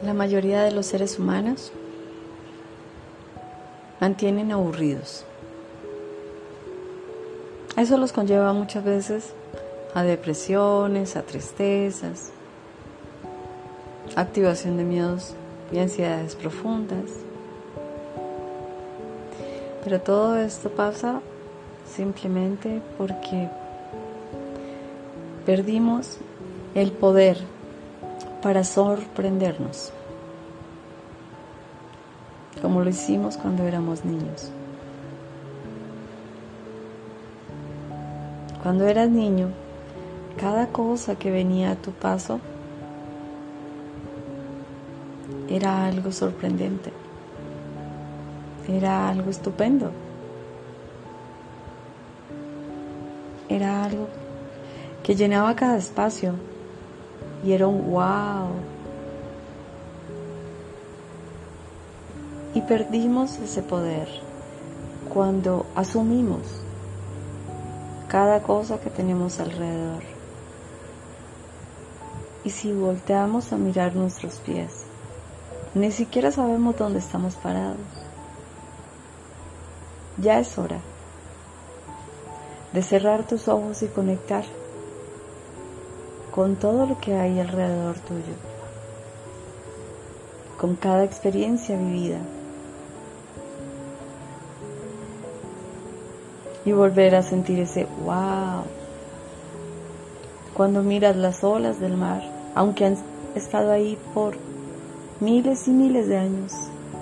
la mayoría de los seres humanos mantienen aburridos. Eso los conlleva muchas veces a depresiones, a tristezas, activación de miedos y ansiedades profundas. Pero todo esto pasa simplemente porque perdimos el poder para sorprendernos, como lo hicimos cuando éramos niños. Cuando eras niño, cada cosa que venía a tu paso era algo sorprendente, era algo estupendo, era algo que llenaba cada espacio y era un wow. Y perdimos ese poder cuando asumimos cada cosa que tenemos alrededor. Y si volteamos a mirar nuestros pies, ni siquiera sabemos dónde estamos parados. Ya es hora de cerrar tus ojos y conectar con todo lo que hay alrededor tuyo, con cada experiencia vivida, y volver a sentir ese wow. Cuando miras las olas del mar, aunque han estado ahí por miles y miles de años,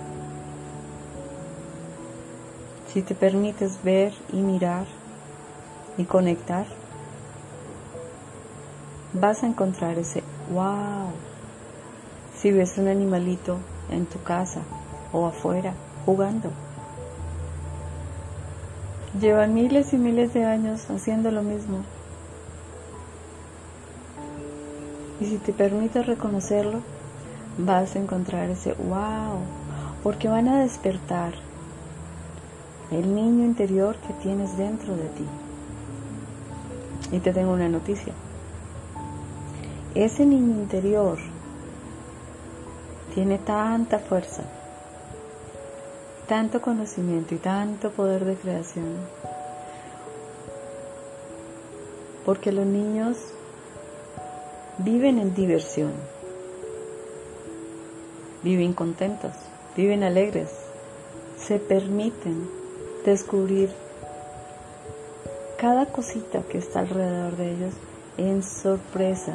si te permites ver y mirar y conectar, vas a encontrar ese wow. Si ves un animalito en tu casa o afuera jugando, llevan miles y miles de años haciendo lo mismo. Y si te permites reconocerlo, vas a encontrar ese wow, porque van a despertar el niño interior que tienes dentro de ti. Y te tengo una noticia. Ese niño interior tiene tanta fuerza, tanto conocimiento y tanto poder de creación, porque los niños viven en diversión, viven contentos, viven alegres, se permiten descubrir cada cosita que está alrededor de ellos en sorpresa,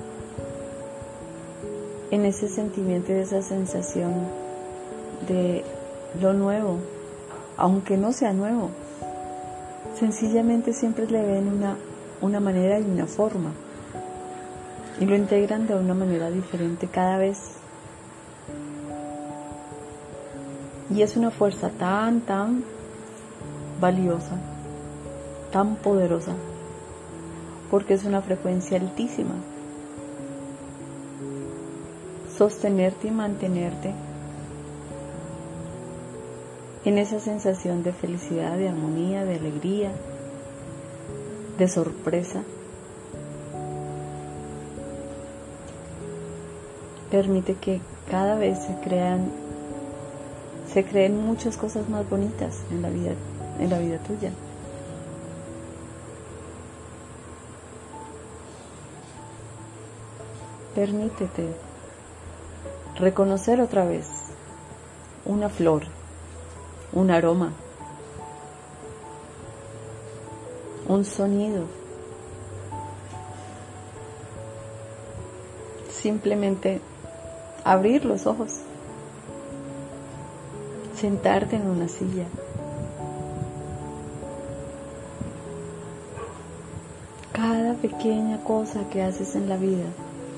en ese sentimiento y esa sensación de lo nuevo, aunque no sea nuevo, sencillamente siempre le ven una manera y una forma, y lo integran de una manera diferente cada vez. Y es una fuerza tan valiosa, tan poderosa, porque es una frecuencia altísima. Sostenerte y mantenerte en esa sensación de felicidad, de armonía, de alegría, de sorpresa. Permite que cada vez se creen muchas cosas más bonitas en la vida tuya. Permítete reconocer otra vez una flor, un aroma, un sonido. Simplemente abrir los ojos, sentarte en una silla, cada pequeña cosa que haces en la vida,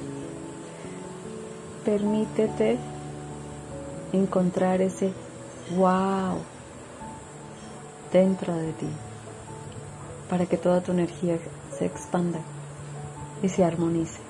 permítete encontrar ese wow dentro de ti, para que toda tu energía se expanda y se armonice.